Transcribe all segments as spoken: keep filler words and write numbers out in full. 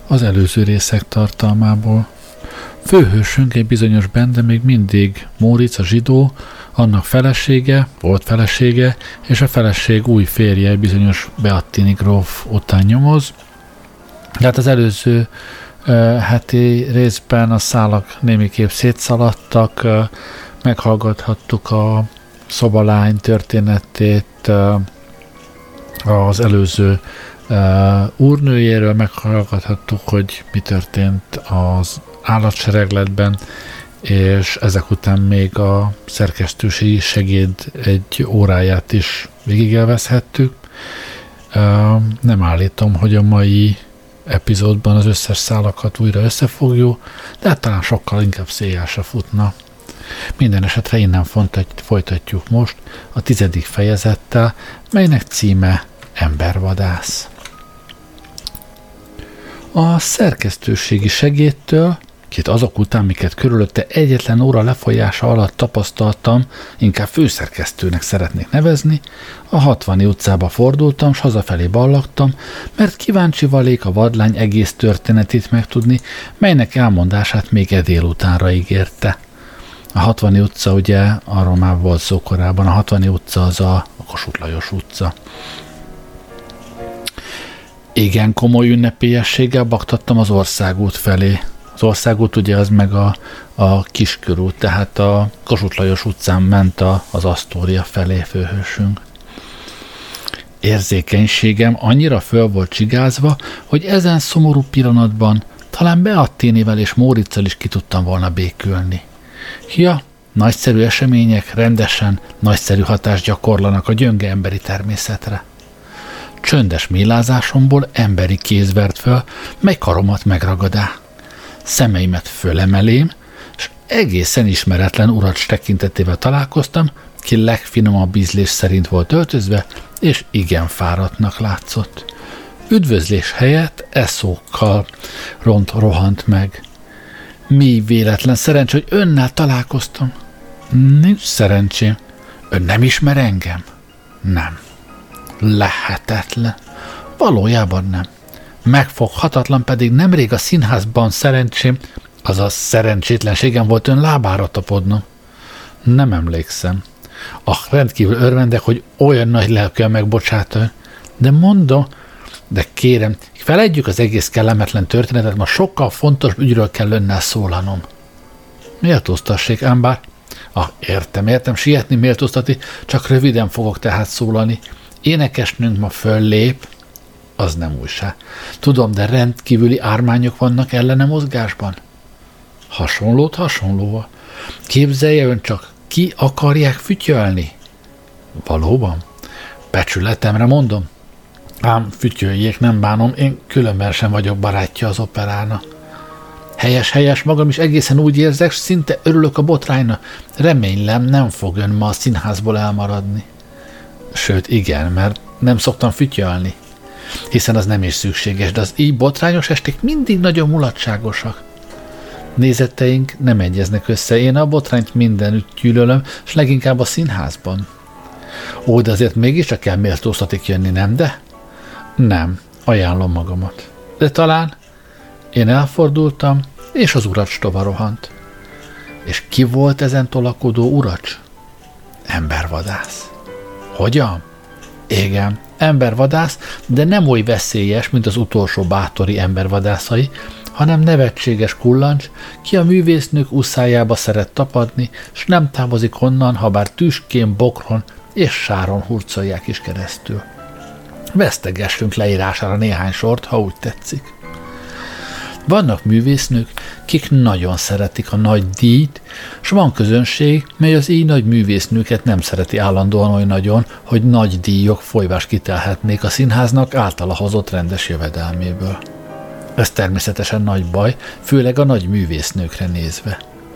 az előző részek tartalmából. Főhősünk egy bizonyos Bende még mindig Móricz a zsidó, annak felesége, volt felesége, és a feleség új férje, egy bizonyos Beattini gróf után nyomoz. De hát az előző uh, heti részben a szálak némiképp szétszaladtak, uh, meghallgathattuk a szobalány történetét, uh, az előző uh, úrnőjéről, meghallgathattuk, hogy mi történt az állatseregletben, és ezek után még a szerkesztőségi segéd egy óráját is végigélvezhettük. Uh, nem állítom, hogy a mai epizódban az összes szálakat újra összefogjuk, de hát talán sokkal inkább széjjel se futna. Minden esetre innen folytatjuk most a tizedik fejezettel, melynek címe Embervadász. A szerkesztőségi segédtől, két azok után, miket körülötte egyetlen óra lefolyása alatt tapasztaltam, inkább főszerkesztőnek szeretnék nevezni, a hatvani utcába fordultam, s hazafelé ballagtam, mert kíváncsi valék a vadlány egész történetét megtudni, melynek elmondását még e délutánra ígérte. A hatvani utca, ugye, arról már volt szó korábban, a hatvani utca az a, a Kossuth Lajos utca. Igen komoly ünnepélyességgel baktattam az Országút felé. Az Országút ugye az meg a, a Kiskörút, tehát a Kossuth Lajos utcán ment a, az Asztória felé főhősünk. Érzékenységem annyira föl volt csigázva, hogy ezen szomorú pillanatban talán Beattinivel és Móriczal is ki tudtam volna békülni. Ja, nagyszerű események rendesen, nagyszerű hatást gyakorlanak a gyönge emberi természetre. Csöndes mélázásomból emberi kéz vert föl, mely karomat megragadá. Szemeimet fölemelém, és egészen ismeretlen uracs tekintetével találkoztam, ki legfinomabb ízlés szerint volt öltözve, és igen fáradtnak látszott. Üdvözlés helyett eszókkal ront rohant meg. Mi véletlen szerencsé, hogy önnel találkoztam. Nincs szerencsém. Ön nem ismer engem? Nem. Lehetetlen. Valójában nem. Megfoghatatlan, pedig nemrég a színházban szerencsém, azaz szerencsétlenségem volt ön lábára tapodnom. Nem emlékszem. Ah, rendkívül örvendek, hogy olyan nagy lelkűen megbocsát ön. De mondom, de kérem, feledjük az egész kellemetlen történetet, ma sokkal fontos ügyről kell önnel szólanom. Méltóztassék, ám bár? Ah, értem, értem, sietni, méltóztatni, csak röviden fogok tehát szólani. Énekesnőnk ma föllép, az nem újság. Tudom, de rendkívüli ármányok vannak ellene mozgásban. Hasonlót hasonlóval. Képzelje ön csak, ki akarják fütyölni? Valóban? Becsületemre mondom. Ám fütyöljék, nem bánom, én különben sem vagyok barátja az operának. Helyes, helyes, magam is egészen úgy érzek, szinte örülök a botránynak. Remélem, nem fog ön ma a színházból elmaradni. Sőt, igen, mert nem szoktam fütyölni. Hiszen az nem is szükséges, de az így botrányos esték mindig nagyon mulatságosak. Nézeteink nem egyeznek össze, én a botrányt mindenütt gyűlölöm, és leginkább a színházban. Ó, de azért mégiscsak kell méltóztatik jönni, nem de? Nem, ajánlom magamat. De talán én elfordultam, és az uracs tova rohant. És ki volt ezen tolakodó uracs? Embervadász. Hogyan? Igen, embervadász, de nem oly veszélyes, mint az utolsó bátori embervadászai, hanem nevetséges kullancs, ki a művésznők uszájába szeret tapadni, s nem távozik onnan, ha bár tüskén, bokron és sáron hurcolják is keresztül. Vesztegessünk leírására néhány sort, ha úgy tetszik. Vannak művésznők, kik nagyon szeretik a nagy díjt, s van közönség, mely az így nagy művésznőket nem szereti állandóan oly nagyon, hogy nagy díjok folyvás kitelhetnék a színháznak általa hozott rendes jövedelméből. Ez természetesen nagy baj, főleg a nagy művésznőkre nézve.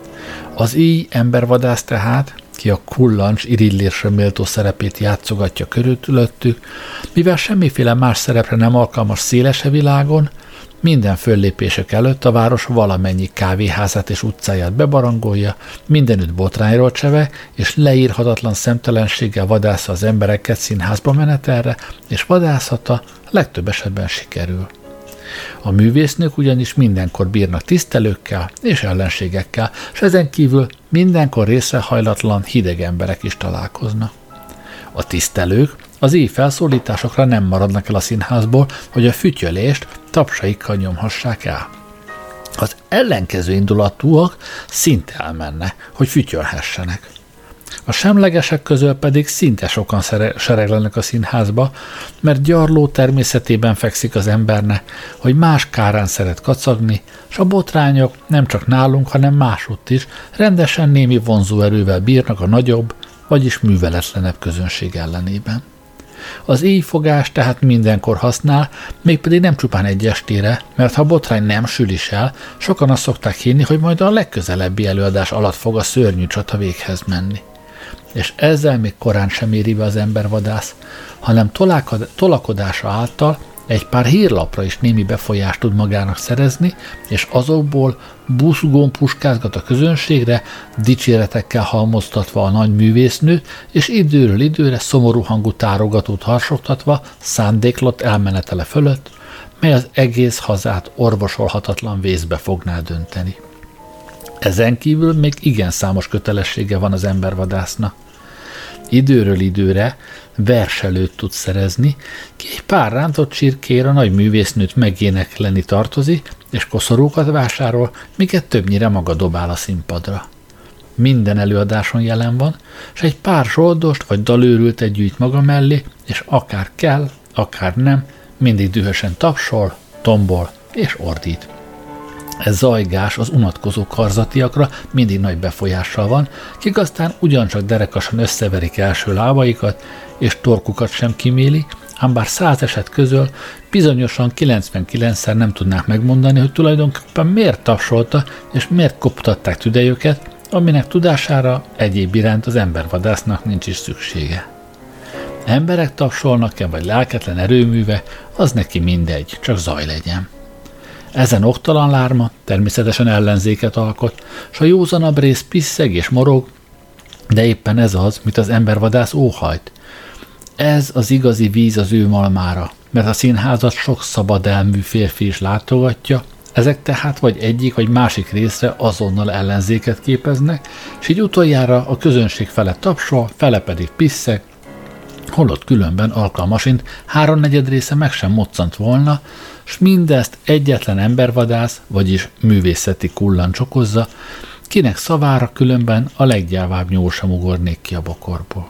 Az így embervadász tehát, ki a kullancs irigylésre méltó szerepét játszogatja körülöttük, mivel semmiféle más szerepre nem alkalmas szélese világon, minden föllépések előtt a város valamennyi kávéházát és utcáját bebarangolja, mindenütt botrányról cseve, és leírhatatlan szemtelenséggel vadásza az embereket színházba menetelre, és vadászata legtöbb esetben sikerül. A művésznők ugyanis mindenkor bírnak tisztelőkkel és ellenségekkel, és ezen kívül mindenkor részrehajlatlan hideg emberek is találkoznak. A tisztelők az így felszólításokra nem maradnak el a színházból, hogy a fütyölést tapsaikkal nyomhassák el. Az ellenkező indulatúak szinte elmenne, hogy fütyölhessenek. A semlegesek közül pedig szinte sokan sereglenek a színházba, mert gyarló természetében fekszik az embernek, hogy más kárán szeret kacagni, s a botrányok nem csak nálunk, hanem másutt is rendesen némi vonzóerővel bírnak a nagyobb, vagyis műveletlenebb közönség ellenében. Az éjfogás tehát mindenkor használ, mégpedig nem csupán egy estére, mert ha botrány nem sül is el, sokan azt szokták hinni, hogy majd a legközelebbi előadás alatt fog a szörnyű csata véghez menni. És ezzel még korán sem éri be az embervadász, hanem tolakodása által egy pár hírlapra is némi befolyást tud magának szerezni, és azokból buszgón puskázgat a közönségre, dicséretekkel halmoztatva a nagy művésznőt, és időről időre szomorú hangú tárogatót harsogtatva szándéklott elmenetele fölött, mely az egész hazát orvosolhatatlan vészbe fogná dönteni. Ezen kívül még igen számos kötelessége van az embervadásznak. Időről időre verselőt tud szerezni, ki egy pár rántott csirkér a nagy művésznőt megénekleni tartozik, és koszorúkat vásárol, miket többnyire maga dobál a színpadra. Minden előadáson jelen van, és egy pár zsoldost vagy dalőrültet gyűjt maga mellé, és akár kell, akár nem, mindig dühösen tapsol, tombol és ordít. Ez zajgás az unatkozó karzatiakra mindig nagy befolyással van, kik aztán ugyancsak derekasan összeverik első lábaikat, és torkukat sem kiméli, ám bár száz eset közül bizonyosan kilencvenkilencszer nem tudnák megmondani, hogy tulajdonképpen miért tapsolta és miért koptatták tüdejüket, aminek tudására egyéb iránt az embervadásznak nincs is szüksége. Emberek tapsolnak-e vagy lelketlen erőműve, az neki mindegy, csak zaj legyen. Ezen oktalan lárma természetesen ellenzéket alkot, s a józanabb rész pisszeg és morog, de éppen ez az, mit az embervadász óhajt. Ez az igazi víz az ő malmára, mert a színházat sok szabadelmű férfi is látogatja, ezek tehát vagy egyik, vagy másik részre azonnal ellenzéket képeznek, s így utoljára a közönség fele tapsol, fele pedig pisszeg, holott különben alkalmasint háromnegyed része meg sem moccant volna, s mindezt egyetlen embervadász, vagyis művészeti kullancs okozza, kinek szavára különben a leggyávább nyúl sem ugornék ki a bokorból.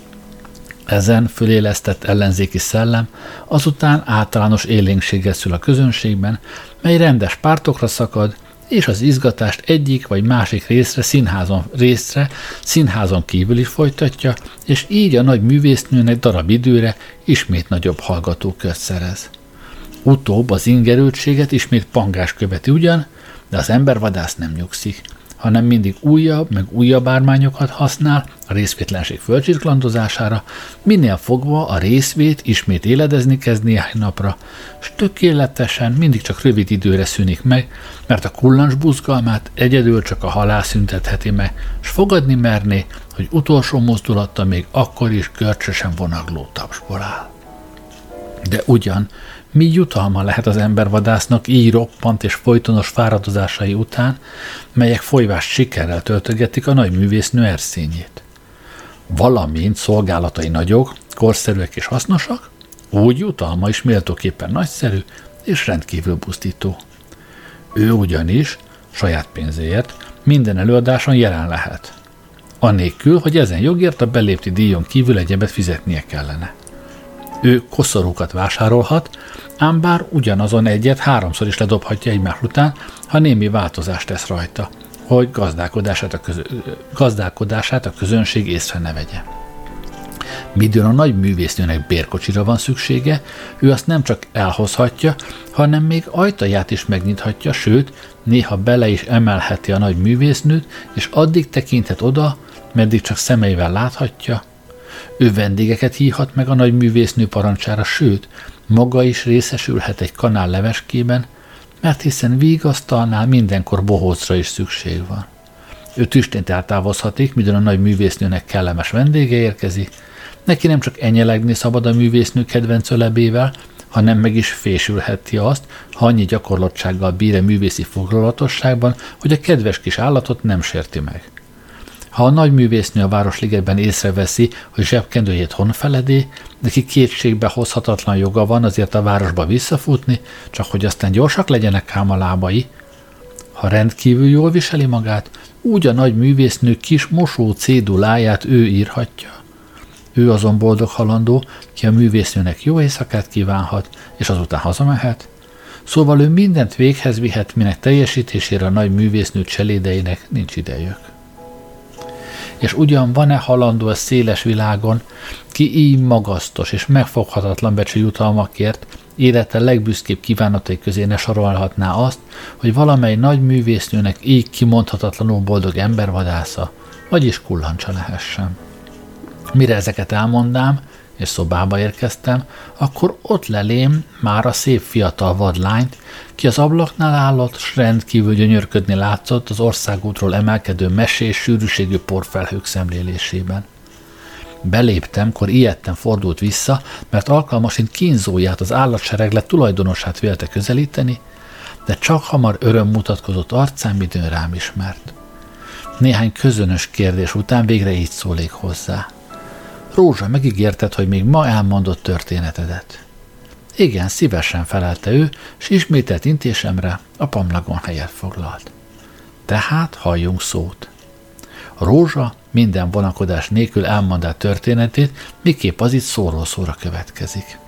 Ezen fölélesztett ellenzéki szellem azután általános élénkséggel szül a közönségben, mely rendes pártokra szakad, és az izgatást egyik vagy másik részre, színházon, részre, színházon kívül is folytatja, és így a nagy művésznőnek darab időre ismét nagyobb hallgatókört szerez. Utóbb az ingerültséget ismét pangás követi ugyan, de az embervadász nem nyugszik, hanem mindig újabb, meg újabb ármányokat használ a részvétlenség fölcsirklandozására, minél fogva a részvét ismét éledezni kezd néhány napra, s tökéletesen mindig csak rövid időre szűnik meg, mert a kullancs buzgalmát egyedül csak a halál szüntetheti meg, s fogadni merné, hogy utolsó mozdulata még akkor is görcsösen vonagló tapsból áll. De ugyan, mi jutalma lehet az embervadásznak így roppant és folytonos fáradozásai után, melyek folyvás sikerrel töltögetik a nagy művésznő erszényét? Valamint szolgálatai nagyok, korszerűek és hasznosak, úgy jutalma is méltóképpen nagyszerű és rendkívül buzdító. Ő ugyanis saját pénzéért minden előadáson jelen lehet, anélkül, hogy ezen jogért a belépti díjon kívül egyebet fizetnie kellene. Ő koszorúkat vásárolhat, ám bár ugyanazon egyet háromszor is ledobhatja egymás után, ha némi változást tesz rajta, hogy gazdálkodását a, közö, gazdálkodását a közönség észre ne vegye. Midőn a nagy művésznőnek bérkocsira van szüksége, ő azt nem csak elhozhatja, hanem még ajtaját is megnyithatja, sőt, néha bele is emelheti a nagy művésznőt, és addig tekinthet oda, meddig csak szemeivel láthatja. Ő vendégeket hívhat meg a nagy művésznő parancsára, sőt, maga is részesülhet egy kanál leveskében, mert hiszen vígasztalnál mindenkor bohócra is szükség van. Ő tüstént eltávozhatik, midőn a nagy művésznőnek kellemes vendége érkezik, neki nem csak enyelegni szabad a művésznő kedvenc ölebével, hanem meg is fésülheti azt, ha annyi gyakorlottsággal bír-e művészi foglalatosságban, hogy a kedves kis állatot nem sérti meg. Ha a nagy művésznő a Városligetben észreveszi, hogy zsebkendőjét honfeledé, neki kétségbe hozhatatlan joga van azért a városba visszafutni, csak hogy aztán gyorsak legyenek ám a lábai. Ha rendkívül jól viseli magát, úgy a nagy művésznő kis mosó céduláját ő írhatja. Ő azon boldog halandó, ki a művésznőnek jó éjszakát kívánhat, és azután hazamehet. Szóval ő mindent véghez vihet, minek teljesítésére a nagy művésznő cselédeinek nincs idejük. És ugyan van-e halandó a széles világon, ki így magasztos és megfoghatatlan becsű jutalmakért élete legbüszkébb kívánatai közé ne sorolhatná azt, hogy valamely nagy művésznőnek így kimondhatatlanul boldog embervadásza, vagyis kullancsa lehessen. Mire ezeket elmondám, és szobába érkeztem, akkor ott lelém már a szép fiatal vadlányt, ki az ablaknál állott, s rendkívül gyönyörködni látszott az országútról emelkedő mesés sűrűségű porfelhők szemlélésében. Beléptem, kor ijedten fordult vissza, mert alkalmasint kínzóját, az állatsereglet tulajdonosát vélte közelíteni, de csak hamar öröm mutatkozott arcán, midőn rám ismert. Néhány közönös kérdés után végre így szólék hozzá. Rózsa, megígérted, hogy még ma elmondott történetedet. Igen, szívesen felelte ő, s ismételt intésemre a pamlagon helyet foglalt. Tehát halljunk szót. Rózsa minden vonakodás nélkül elmondta történetét, miképp az itt szóról szóra következik.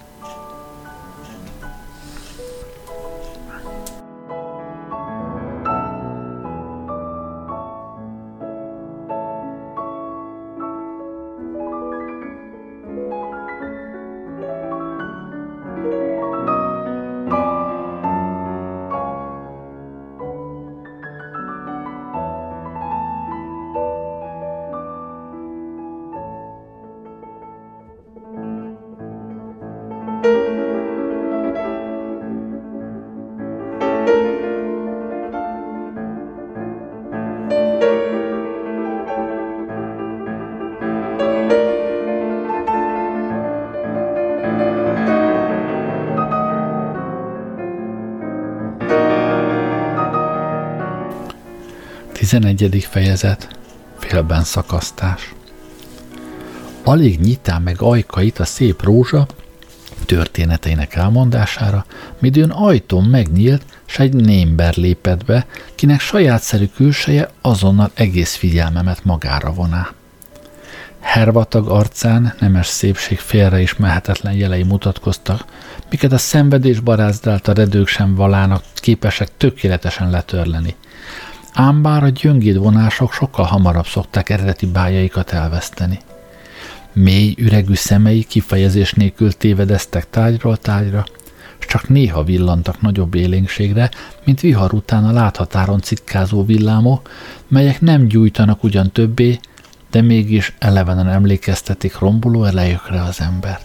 tizenegyedik fejezet. Félben szakasztás. Alig nyitá meg ajkait a szép Rózsa történeteinek elmondására, midőn ajtón megnyílt, s egy némber lépett be, kinek sajátszerű külseje azonnal egész figyelmemet magára voná. Hervatag arcán nemes szépség félreismerhetetlen jelei mutatkoztak, miket a szenvedés barázdálta redők sem valának képesek tökéletesen letörleni. Ám bár a gyöngéd vonások sokkal hamarabb szokták eredeti bájaikat elveszteni. Mély, üregű szemei kifejezés nélkül tévedeztek tárgyról tárgyra, s csak néha villantak nagyobb élénkségre, mint vihar után a láthatáron cikkázó villámok, melyek nem gyújtanak ugyan többé, de mégis elevenen emlékeztetik romboló elejükre az embert.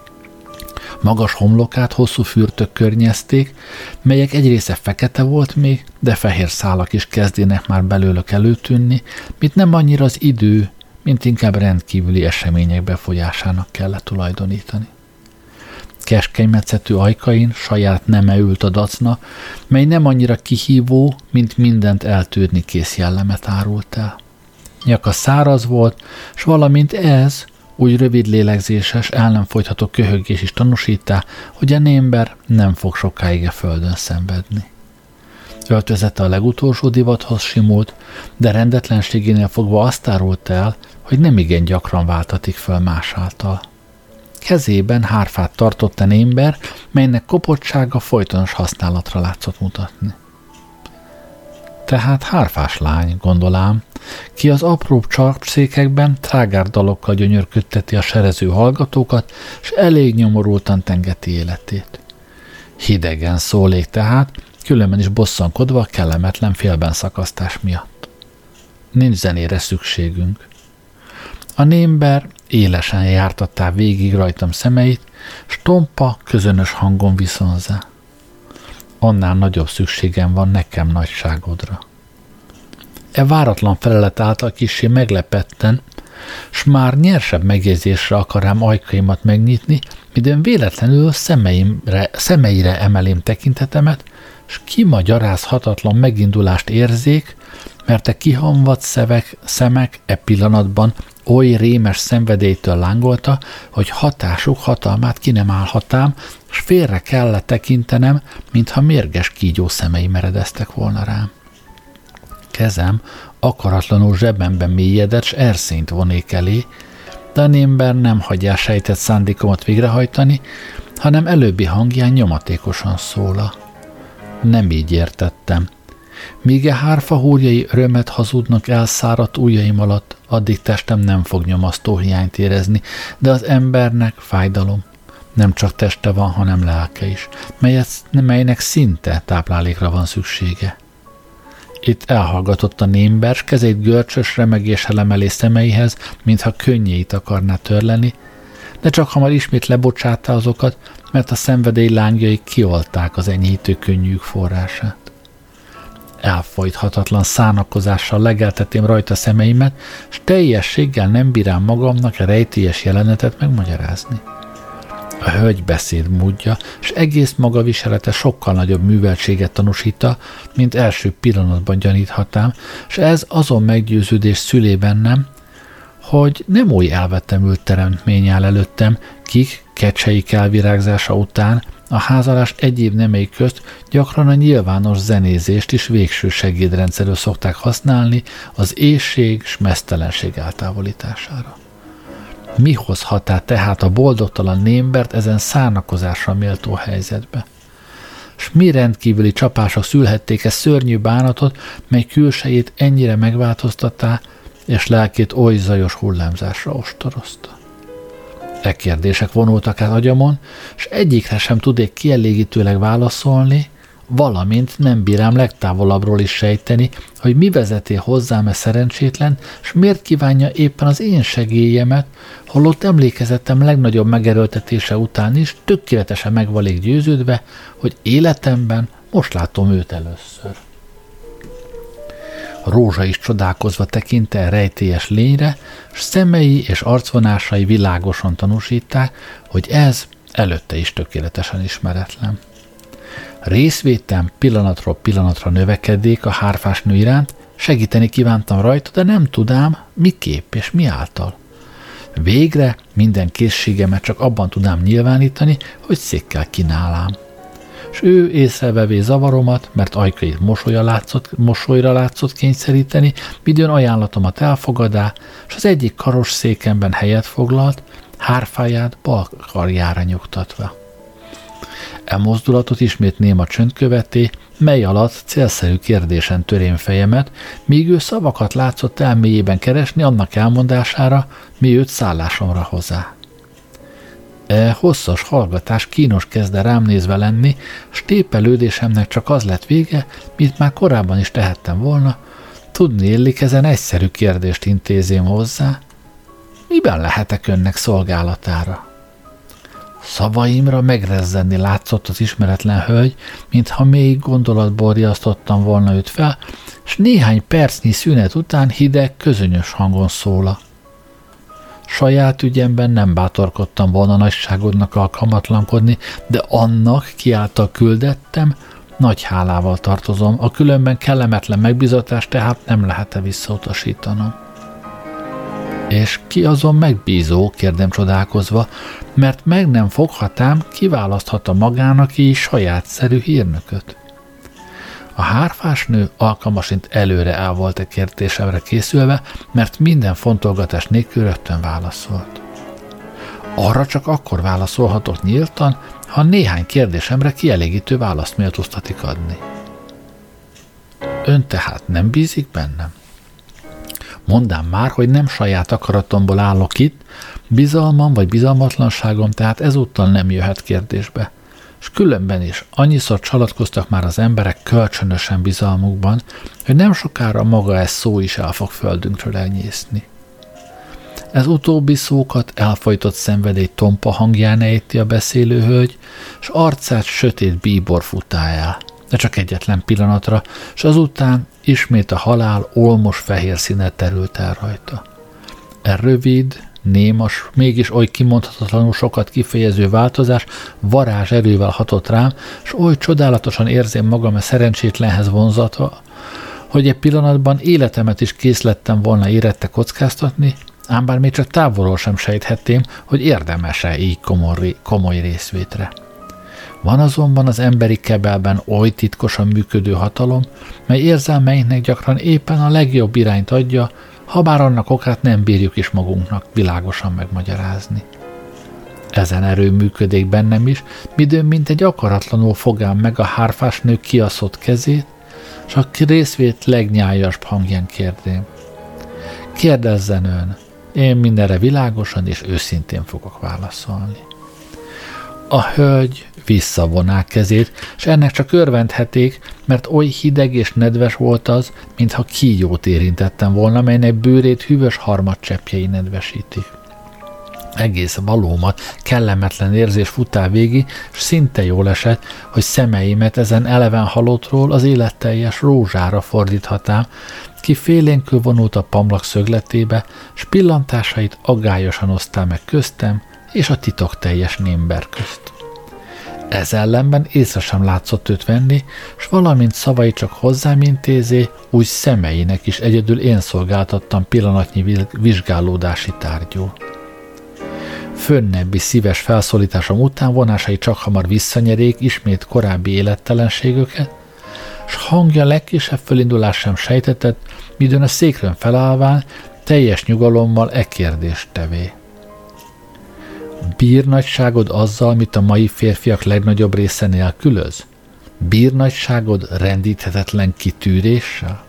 Magas homlokát hosszú fürtök környezték, melyek egy része fekete volt még, de fehér szálak is kezdének már belőlük előtűnni, mint nem annyira az idő, mint inkább rendkívüli események befolyásának kellett tulajdonítani. Keskeny metszetű ajkain saját neme ült a dacna, mely nem annyira kihívó, mint mindent eltűrni kész jellemet árult el. Nyaka száraz volt, s valamint ez, úgy rövid lélegzéses, el nem folytható köhögés is tanúsítá, hogy a némber nem fog sokáig a földön szenvedni. Öltözete a legutolsó divathoz simult, de rendetlenségénél fogva azt árult el, hogy nem igen gyakran váltatik föl más által. Kezében hárfát tartott a némber, melynek kopottsága folytonos használatra látszott mutatni. Tehát hárfás lány, gondolám, ki az apróbb csarkszékekben trágár dalokkal gyönyörködteti a serező hallgatókat, s elég nyomorultan tengeti életét. Hidegen szólék tehát, különben is bosszankodva a kellemetlen félben szakasztás miatt. Nincs zenére szükségünk. A némber élesen jártattá végig rajtam szemeit, s tompa, közönös hangon viszonzá. Annál nagyobb szükségem van nekem nagyságodra. E váratlan felelet által kissé meglepetten, s már nyersebb megjegyzésre akar rám ajkaimat megnyitni, midőn véletlenül szemeimre, szemeire emelém tekintetemet, s kimagyarázhatatlan megindulást érzék, mert a kihamvadt szevek, szemek e pillanatban oly rémes szenvedélytől lángolta, hogy hatásuk hatalmát ki nem állhatám, s félre kellett tekintenem, mintha mérges kígyó szemei meredeztek volna rám. Kezem akaratlanul zsebemben mélyedett, s erszényt vonék elé, de a némber nem hagyja sejtett szándékomat végrehajtani, hanem előbbi hangján nyomatékosan szóla. Nem így értettem. Míg a hárfa húrjai örömet hazudnak elszáradt ujjaim alatt, addig testem nem fog nyomasztó hiányt érezni, de az embernek fájdalom. Nem csak teste van, hanem lelke is, melyet, melynek szinte táplálékra van szüksége. Itt elhallgatott a némber, s kezét görcsös remegéssel emelé szemeihez, mintha könnyeit akarná törleni, de csak hamar ismét lebocsátta azokat, mert a szenvedély lángjai kiolták az enyhítő könnyűk forrását. Elfojthatatlan szánakozással legeltetém rajta szemeimet, s teljességgel nem bírám magamnak a rejtélyes jelenetet megmagyarázni. A hölgy beszédmódja, s egész maga viselete sokkal nagyobb műveltséget tanúsítta, mint első pillanatban gyaníthatám, s ez azon meggyőződés szülé bennem, hogy nem oly elvetemült teremtmény áll előttem, kik kecseik elvirágzása után a házalás egyéb nemei közt gyakran a nyilvános zenézést is végső segédrendszerről szokták használni az éhség s meztelenség eltávolítására. Mi hozhatá tehát a boldogtalan némbert ezen szánakozásra méltó helyzetbe? S mi rendkívüli csapások szülhették-e szörnyű bánatot, mely külsejét ennyire megváltoztattá, és lelkét oly zajos hullámzásra ostorozta? E kérdések vonultak át agyamon, s egyikre sem tudék kielégítőleg válaszolni, valamint nem bírám legtávolabbról is sejteni, hogy mi vezeti hozzám e szerencsétlen, s miért kívánja éppen az én segélyemet, holott emlékezetem legnagyobb megerőltetése után is tökéletesen meg vagyok győződve, hogy életemben most látom őt először. A rózsa is csodálkozva tekinte a rejtélyes lényre, s szemei és arcvonásai világosan tanúsítták, hogy ez előtte is tökéletesen ismeretlen. Részvétem pillanatról pillanatra növekedék a hárfás nő iránt, segíteni kívántam rajta, de nem tudám, miképp és mi által. Végre minden készségemet csak abban tudám nyilvánítani, hogy székkel kínálám. S ő észrevevé zavaromat, mert ajkait mosolya látszott, mosolyra látszott kényszeríteni, midőn ajánlatomat elfogadá, s az egyik karos székemben helyet foglalt, hárfáját bal karjára nyugtatva. E mozdulatot ismét néma csönd követé, mely alatt célszerű kérdésen törém fejemet, míg ő szavakat látszott elméjében keresni annak elmondására, mi őt szállásomra hozzá. E hosszas hallgatás kínos kezdte rám nézve lenni, s tépelődésemnek csak az lett vége, mint már korábban is tehettem volna, tudni illik ezen egyszerű kérdést intézém hozzá, miben lehetek önnek szolgálatára? Szavaimra megrezzenni látszott az ismeretlen hölgy, mintha mély gondolatból riasztottam volna őt fel, s néhány percnyi szünet után hideg, közönyös hangon szóla. Saját ügyemben nem bátorkodtam volna nagyságodnak alkalmatlankodni, de annak, ki által küldettem, nagy hálával tartozom, a különben kellemetlen megbizatást tehát nem lehet-e visszautasítanom. És ki azon megbízó, kérdem csodálkozva, mert meg nem foghatám, kiválaszthatta magának így sajátszerű hírnököt. A hárfás nő alkalmasint előre el volt a kérdésemre készülve, mert minden fontolgatás nélkül rögtön válaszolt. Arra csak akkor válaszolhatok nyíltan, ha néhány kérdésemre kielégítő választ méltóztatik adni. Ön tehát nem bízik bennem? Mondám már, hogy nem saját akaratomból állok itt, bizalmam vagy bizalmatlanságom tehát ezúttal nem jöhet kérdésbe. És különben is annyiszor csalatkoztak már az emberek kölcsönösen bizalmukban, hogy nem sokára maga ez szó is el fog földünkről elnyészni. Ez utóbbi szókat elfojtott szenvedély tompa hangján ejti a beszélő hölgy, s arcát sötét bíbor futá el, de csak egyetlen pillanatra, s azután ismét a halál olmos fehér színe terült el rajta. E rövid, némas, mégis oly kimondhatatlanul sokat kifejező változás varázs erővel hatott rám, s oly csodálatosan érzem magam a szerencsétlenhez vonzatva, hogy egy pillanatban életemet is kész lettem volna érette kockáztatni, ám bár még csak távolról sem sejthettem, hogy érdemes-e így komoly, komoly részvétre. Van azonban az emberi kebelben oly titkosan működő hatalom, mely érzelmeinknek gyakran éppen a legjobb irányt adja, habár annak okát nem bírjuk is magunknak világosan megmagyarázni. Ezen erő működik bennem is, midőn mint egy akaratlanul fogám meg a hárfás nő kiaszott kezét, s a részvét legnyájasabb hangján kérdém. Kérdezzen ön, én mindenre világosan és őszintén fogok válaszolni. A hölgy visszavoná kezét, s ennek csak örvendheték, mert oly hideg és nedves volt az, mintha kígyót érintettem volna, melynek bőrét hűvös harmadcseppjei nedvesítik. Egész valómat kellemetlen érzés futál végig, s szinte jól esett, hogy szemeimet ezen eleven halottról az életteljes rózsára fordíthatám, ki félénkül vonult a pamlak szögletébe, s pillantásait aggályosan osztál meg köztem és a titokteljes némber közt. Ez ellenben észre sem látszott őt venni, s valamint szavai csak hozzám intézé, úgy szemeinek is egyedül én szolgáltattam pillanatnyi vizsgálódási tárgyul. Fönnebbi szíves felszólításom után vonásai csak hamar visszanyerék ismét korábbi élettelenségüket, s hangja legkisebb fölindulás sem sejtetett, midőn a székről felállván teljes nyugalommal e kérdést tevé. Bír nagyságod azzal, mit a mai férfiak legnagyobb része nélkülöz? Bír nagyságod rendíthetetlen kitűréssel?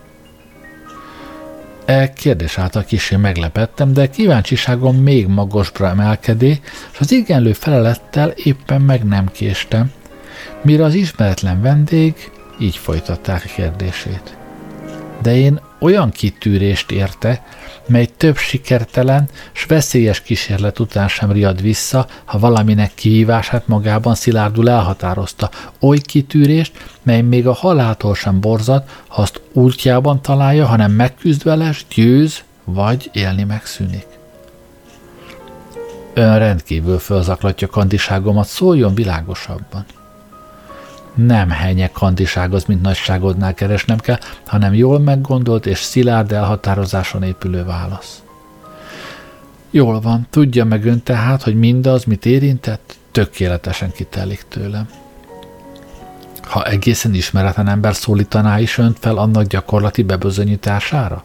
E kérdés által kissé meglepettem, de kíváncsiságom még magasra emelkedé, és az igenlő felelettel éppen meg nem késtem, mire az ismeretlen vendég így folytatták a kérdését. De én olyan kitűrést érte, mely több sikertelen, s veszélyes kísérlet után sem riad vissza, ha valaminek kihívását magában szilárdul elhatározta. Oly kitűrést, mely még a haláltól sem borzad, ha azt útjában találja, hanem megküzd vele, s győz, vagy élni megszűnik. Ön rendkívül fölzaklatja kandiságomat, szóljon világosabban. Nem henye kandiságoz, mint nagyságodnál keresnem kell, hanem jól meggondolt és szilárd elhatározáson épülő válasz. Jól van, tudja meg ön tehát, hogy mindaz, mit érintett, tökéletesen kitelik tőlem. Ha egészen ismeretlen ember szólítaná is önt fel annak gyakorlati bebizonyítására?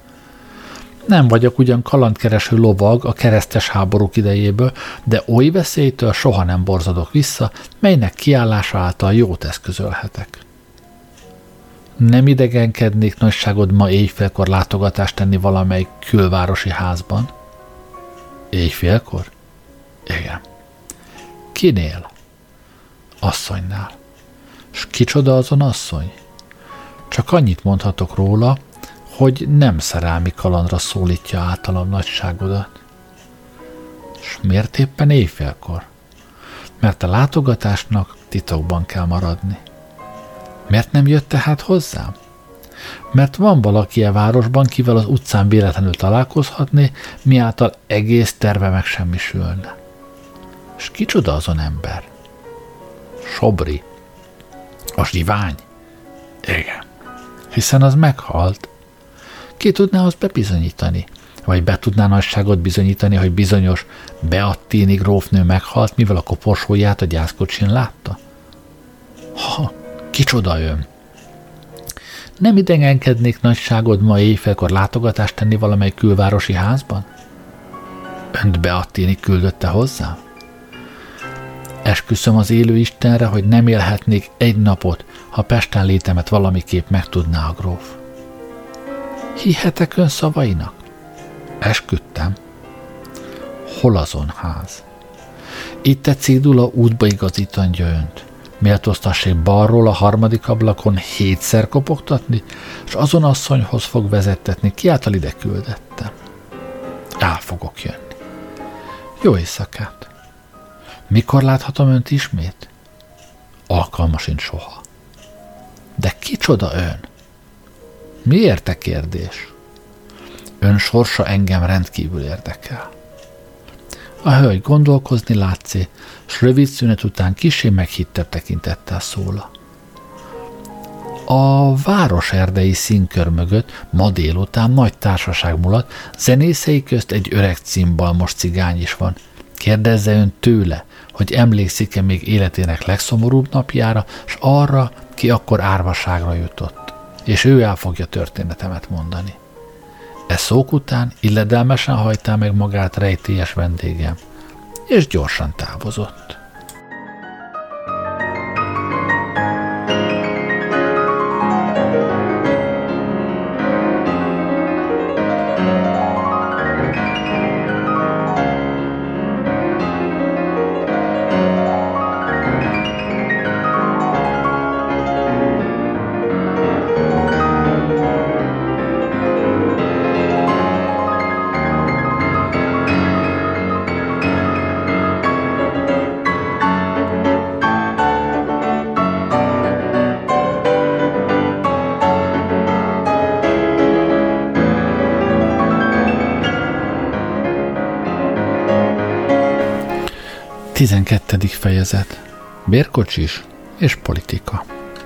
Nem vagyok ugyan kalandkereső lovag a keresztes háborúk idejéből, de oly veszélytől soha nem borzadok vissza, melynek kiállása által jót eszközölhetek. Nem idegenkednék nagyságod ma éjfélkor látogatást tenni valamelyik külvárosi házban? Éjfélkor? Igen. Kinél? Asszonynál. S kicsoda azon asszony? Csak annyit mondhatok róla, hogy nem szerelmi kalandra szólítja általam nagyságodat. S miért éppen éjfélkor? Mert a látogatásnak titokban kell maradni. Miért nem jött tehát hozzám? Mert van valaki a városban, kivel az utcán véletlenül találkozhatni, miáltal egész terve megsemmisülne. S kicsoda azon ember? Sobri. A zsivány? Igen. Hiszen az meghalt. Ki tudná azt bebizonyítani? Vagy be tudná nagyságot bizonyítani, hogy bizonyos Beattini grófnő meghalt, mivel a koporsóját a gyászkocsin látta? Ha, kicsoda ön? Nem idegenkednék nagyságod ma éjfélkor látogatást tenni valamely külvárosi házban? Önt Beattini küldötte hozzá? Esküszöm az élő Istenre, hogy nem élhetnék egy napot, ha Pesten létemet valamiképp megtudná a gróf. Hihetek ön szavainak? Esküdtem. Hol azon ház? Itt egy cédula útba igazítandja önt. Méltóztassék balról a harmadik ablakon hétszer kopogtatni, és azon asszonyhoz fog vezettetni, ki által ide küldettem. El fogok jönni. Jó éjszakát. Mikor láthatom önt ismét? Alkalma sincs soha. De kicsoda ön? Miért te kérdés? Ön sorsa engem rendkívül érdekel. A hölgy gondolkozni látszik, s rövid szünet után kissé meghittebb tekintettel szól. A városerdei színkör mögött ma délután nagy társaság mulat, zenészei közt egy öreg cimbalmos cigány is van. Kérdezze ön tőle, hogy emlékszik-e még életének legszomorúbb napjára, s arra, ki akkor árvaságra jutott. És ő el fogja történetemet mondani. E szók után illedelmesen hajtá meg magát rejtélyes vendégem, és gyorsan távozott. tizenkettedik fejezet. Bérkocsis és politika.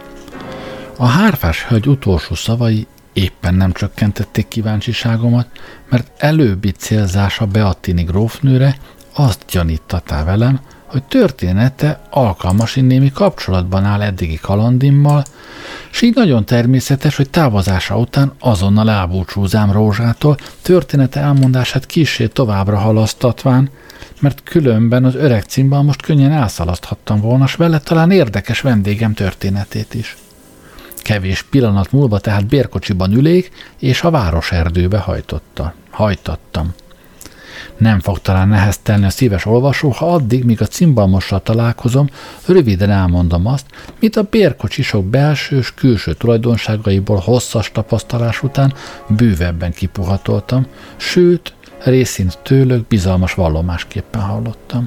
A hárfás hölgy utolsó szavai éppen nem csökkentették kíváncsiságomat, mert előbbi célzása Beattini grófnőre azt gyaníttatá velem, hogy története alkalmasin némi kapcsolatban áll eddigi kalandimmal, s így nagyon természetes, hogy távozása után azonnal elbúcsúzám Rózsától, története elmondását kissé továbbra halasztatván, mert különben az öreg címbal most könnyen elszalaszthattam volna, s vele talán érdekes vendégem történetét is. Kevés pillanat múlva tehát bérkocsiban ülék, és a városerdőbe hajtotta, hajtattam. Nem fog talán neheztelni a szíves olvasó, ha addig, míg a cimbalmossal találkozom, röviden elmondom azt, mit a bérkocsisok belső és külső tulajdonságaiból hosszas tapasztalás után bővebben kipuhatoltam, sőt, részint tőlük bizalmas vallomásképpen hallottam.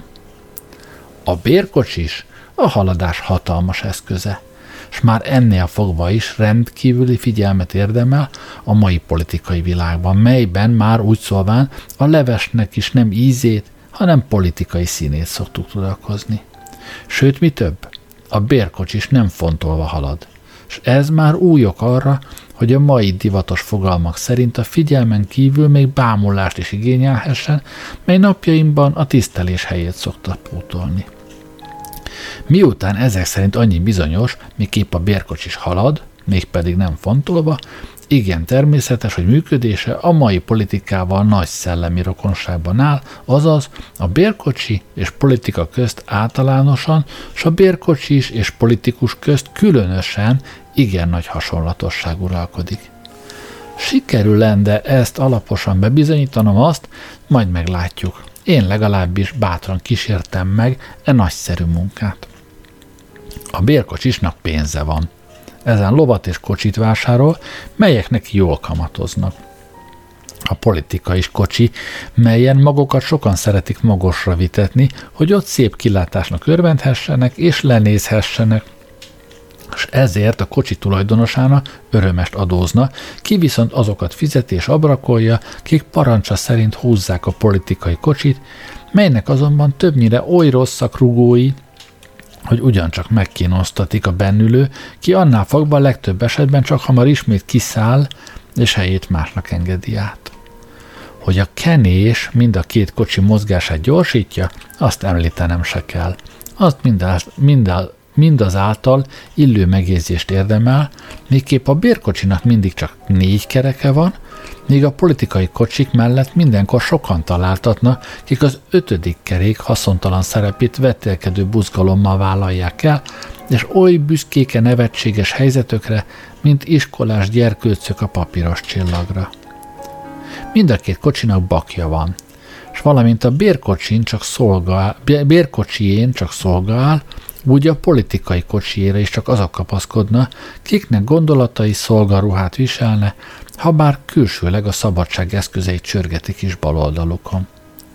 A bérkocsis a haladás hatalmas eszköze, s már ennél fogva is rendkívüli figyelmet érdemel a mai politikai világban, melyben már úgy szólván a levesnek is nem ízét, hanem politikai színét szoktuk tudakozni. Sőt, mi több, a bérkocsis nem fontolva halad, s ez már új ok arra, hogy a mai divatos fogalmak szerint a figyelmen kívül még bámulást is igényelhessen, mely napjainkban a tisztelés helyét szokta pótolni. Miután ezek szerint annyi bizonyos, miképp a bérkocsis halad, mégpedig nem fontolva, igen természetes, hogy működése a mai politikával nagy szellemi rokonságban áll, azaz a bérkocsi és politika közt általánosan, s a bérkocsis és politikus közt különösen igen nagy hasonlatosság uralkodik. Sikerül lenne ezt alaposan bebizonyítanom, azt majd meglátjuk. Én legalábbis bátran kísértem meg e nagyszerű munkát. A bérkocsisnak pénze van. Ezen lovat és kocsit vásárol, melyek neki jól kamatoznak. A politika is kocsi, melyen magukat sokan szeretik magasra vitetni, hogy ott szép kilátásnak örvendhessenek és lenézhessenek, és ezért a kocsi tulajdonosának örömest adózna, ki viszont azokat fizeti és abrakolja, kik parancsa szerint húzzák a politikai kocsit, melynek azonban többnyire oly rosszak rugói, hogy ugyancsak megkínosztatik a bennülő, ki annál fogva legtöbb esetben csak hamar ismét kiszáll, és helyét másnak engedi át. Hogy a kenés mind a két kocsi mozgását gyorsítja, azt említenem se kell. Azt mindaz, mindaz, mindazáltal illő megjegyzést érdemel, mígképp a bérkocsinak mindig csak négy kereke van, míg a politikai kocsik mellett mindenkor sokan találtatna, kik az ötödik kerék haszontalan szerepét vetélkedő buzgalommal vállalják el, és oly büszkéke nevetséges helyzetökre, mint iskolás gyerkőcök a papíros csillagra. Mind a két kocsinak bakja van, és valamint a bérkocsin csak szolgál, bérkocsijén csak szolgál, úgy a politikai kocsiére is csak azok kapaszkodna, kiknek gondolatai szolgaruhát viselne, ha bár külsőleg a szabadság eszközeit csörgetik is baloldalukon.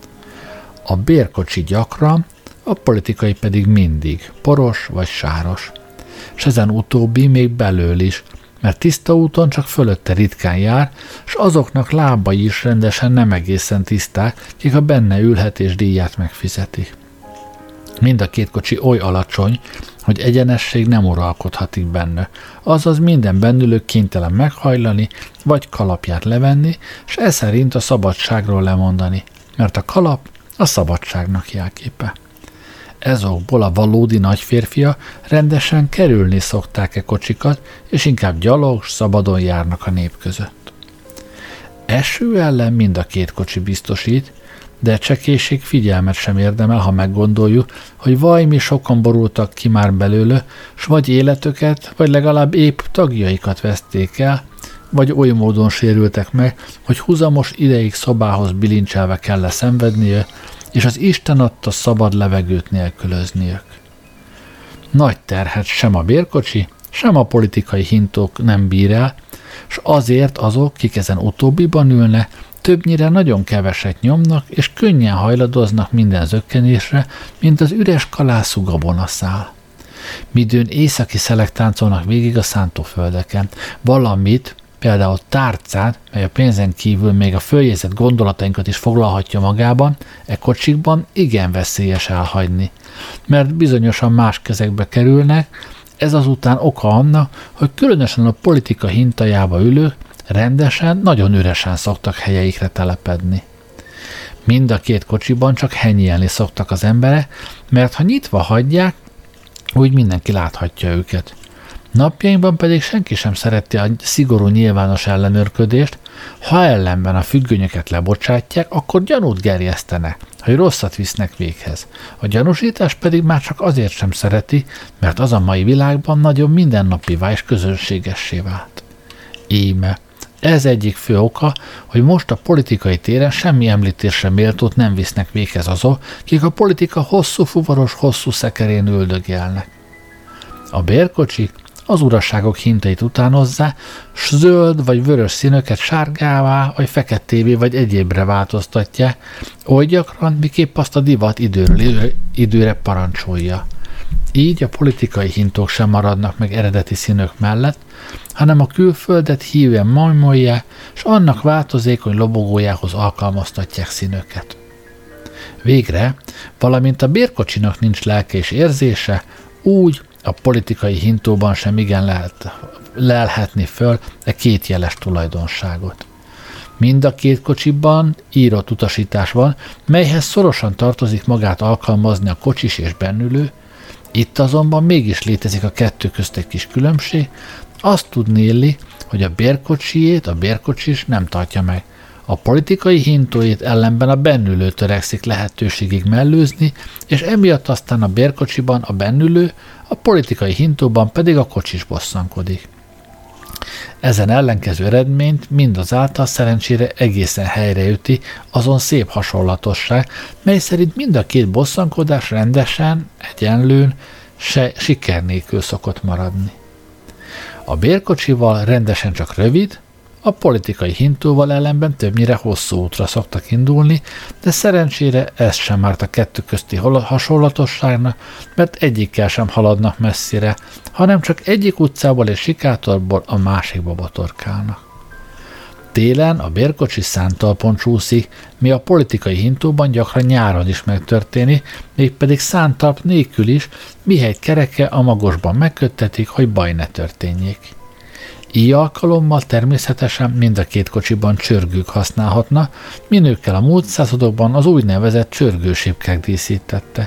A bérkocsi gyakran, a politikai pedig mindig poros vagy sáros, s ezen utóbbi még belől is, mert tiszta úton csak fölötte ritkán jár, s azoknak lábai is rendesen nem egészen tiszták, kik a benne ülhetés díját megfizetik. Mind a két kocsi oly alacsony, hogy egyenesség nem uralkodhatik benne, azaz minden bennülő kénytelen meghajlani, vagy kalapját levenni, s e szerint a szabadságról lemondani, mert a kalap a szabadságnak jelképe. Ezokból a valódi nagyférfia rendesen kerülni szokták e kocsikat, és inkább gyalog, szabadon járnak a nép között. Eső ellen mind a két kocsi biztosít, de csekéség figyelmet sem érdemel, ha meggondoljuk, hogy vaj mi sokan borultak ki már belőle, s vagy életüket, vagy legalább épp tagjaikat veszték el, vagy oly módon sérültek meg, hogy húzamos ideig szobához bilincselve kell szenvednie, és az Isten adta szabad levegőt nélkülözniük. Nagy terhet sem a bérkocsi, sem a politikai hintók nem bír el, s azért azok, kik ezen utóbbiban ülne, többnyire nagyon keveset nyomnak, és könnyen hajladoznak minden zökkenésre, mint az üres kalászú gabonaszál. Midőn északi szelek táncolnak végig a szántóföldeken, valamit, például tárcát, mely a pénzen kívül még a följegyzett gondolatainkat is foglalhatja magában, e kocsikban igen veszélyes elhagyni, mert bizonyosan más kezekbe kerülnek, ez azután oka annak, hogy különösen a politika hintajába ülők rendesen, nagyon üresen szoktak helyeikre telepedni. Mind a két kocsiban csak henyelni szoktak az emberek, mert ha nyitva hagyják, úgy mindenki láthatja őket. Napjainkban pedig senki sem szereti a szigorú nyilvános ellenőrködést, ha ellenben a függönyöket lebocsátják, akkor gyanút gerjesztenek, hogy rosszat visznek véghez. A gyanúsítás pedig már csak azért sem szereti, mert az a mai világban nagyon mindennapivá és közönségessé vált. Íme, ez egyik fő oka, hogy most a politikai téren semmi említésre méltót nem visznek véghez azok, kik a politika hosszú fuvaros, hosszú szekerén üldögélnek. A bérkocsi az uraságok hintait utánozzá, s zöld vagy vörös színöket sárgává, vagy feketévé vagy egyébre változtatják, oly gyakran, miképp azt a divat időről időre parancsolja. Így a politikai hintók sem maradnak meg eredeti színök mellett, hanem a külföldet hívően majmolják, s annak változékony lobogójához alkalmaztatják színöket. Végre, valamint a bérkocsinak nincs lelke és érzése, úgy a politikai hintóban sem igen lehet lelhetni föl e két jeles tulajdonságot. Mind a két kocsiban írott utasítás van, melyhez szorosan tartozik magát alkalmazni a kocsis és bennülő, itt azonban mégis létezik a kettő közt egy kis különbség, azt tudni illi, hogy a bérkocsiét a bérkocsis nem tartja meg. A politikai hintóit ellenben a bennülő törekszik lehetőségig mellőzni, és emiatt aztán a bérkocsiban a bennülő, a politikai hintóban pedig a kocsis bosszankodik. Ezen ellenkező eredményt mindazáltal szerencsére egészen helyreüti azon szép hasonlatosság, mely szerint mind a két bosszankodás rendesen, egyenlőn, se siker nélkül szokott maradni. A bérkocsival rendesen csak rövid, a politikai hintóval ellenben többnyire hosszú útra szoktak indulni, de szerencsére ez sem árt a kettő közti hasonlatosságnak, mert egyikkel sem haladnak messzire, hanem csak egyik utcából és sikátorból a másikba botorkálnak. Télen a bérkocsi szántalpon csúszik, mi a politikai hintóban gyakran nyáron is megtörténik, mégpedig szántalp nélkül is, mihelyt kereke a magosban megköttetik, hogy baj ne történjék. Így alkalommal természetesen mind a két kocsiban csörgők használhatna, minőkkel a múlt századokban az úgynevezett csörgősipkák díszítette.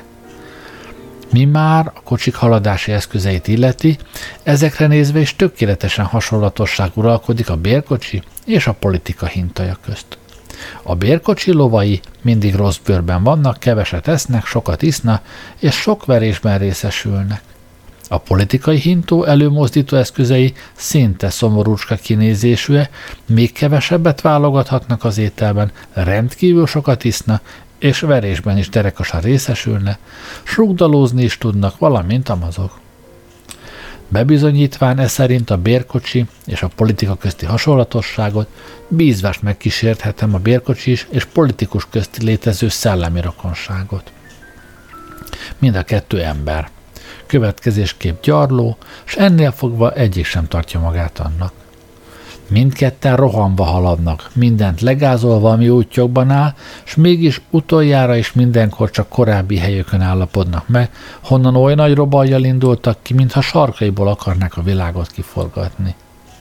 Mi már a kocsik haladási eszközeit illeti, ezekre nézve is tökéletesen hasonlatosság uralkodik a bérkocsi és a politika hintaja közt. A bérkocsi lovai mindig rossz bőrben vannak, keveset esznek, sokat isznak, és sok verésben részesülnek. A politikai hintó előmozdító eszközei szinte szomorúcska kinézésűek, még kevesebbet válogathatnak az ételben, rendkívül sokat isznak, és verésben is derekasan részesülne, s rugdalózni is tudnak, valamint a mazok. Bebizonyítván e szerint a bérkocsi és a politika közti hasonlatosságot, bízvást megkísérthetem a bérkocsis és politikus közti létező szellemi rokonságot. Mind a kettő ember. következésképp gyarló, s ennél fogva egyik sem tartja magát annak. Mindketten rohanva haladnak, mindent legázolva, ami útjukban áll, s mégis utoljára is mindenkor csak korábbi helyükön állapodnak meg, honnan oly nagy robajjal indultak ki, mintha sarkaiból akarnák a világot kiforgatni.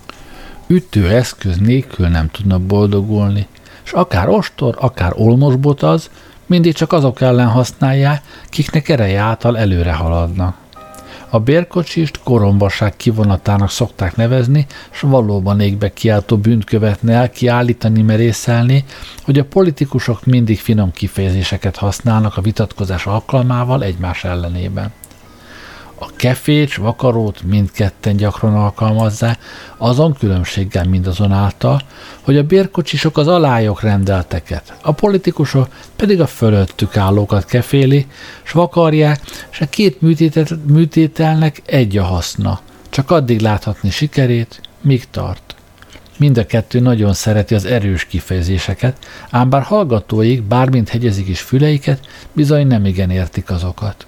Ütő eszköz nélkül nem tudnak boldogulni, s akár ostor, akár olmosbot az, mindig csak azok ellen használják, kiknek ereje által előre haladnak. A bérkocsist korombaság kivonatának szokták nevezni, s valóban égbe kiáltó bűnt követne el, kiállítani, merészelni, hogy a politikusok mindig finom kifejezéseket használnak a vitatkozás alkalmával egymás ellenében. A kefét, vakarót mindketten gyakran alkalmazzák, azon különbséggel mindazonáltal, hogy a bérkocsisok az alájuk rendelteket, a politikusok pedig a fölöttük állókat keféli, s vakarják, s a két műtételnek egy a haszna, csak addig láthatni sikerét, míg tart. Mind a kettő nagyon szereti az erős kifejezéseket, ám bár hallgatóik bármint hegyezik is füleiket, bizony nem igen értik azokat.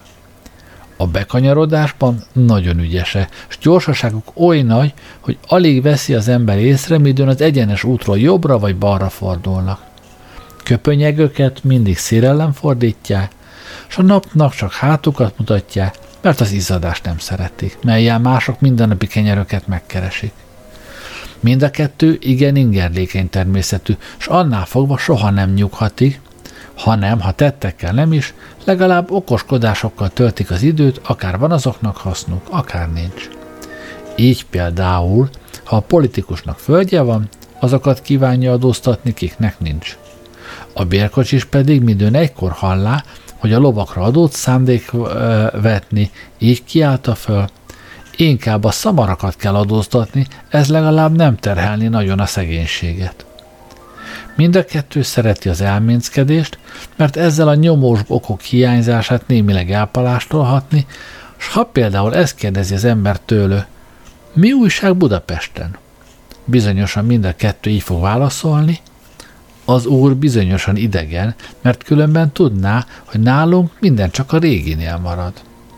A bekanyarodásban nagyon ügyese, s gyorsaságuk oly nagy, hogy alig veszi az ember észre, midőn az egyenes útról jobbra vagy balra fordulnak. Köpönyegöket mindig szélellen fordítják, s a napnak csak hátukat mutatják, mert az izzadást nem szeretik, mellyel mások mindennapi kenyeröket megkeresik. Mind a kettő igen ingerlékeny természetű, s annál fogva soha nem nyughatik, hanem, ha tettekkel nem is, legalább okoskodásokkal töltik az időt, akár van azoknak hasznuk, akár nincs. Így például, ha a politikusnak földje van, azokat kívánja adóztatni, kiknek nincs. A bérkocsis pedig midőn egykor hallá, hogy a lovakra adót szándék vetni, így kiállta föl, inkább a szamarakat kell adóztatni, ez legalább nem terhelni nagyon a szegénységet. Mind a kettő szereti az elménckedést, mert ezzel a nyomós okok hiányzását némileg elpalástolhatni, s ha például ezt kérdezi az ember tőle, mi újság Budapesten? Bizonyosan mind a kettő így fog válaszolni, az úr bizonyosan idegen, mert különben tudná, hogy nálunk minden csak a réginél marad.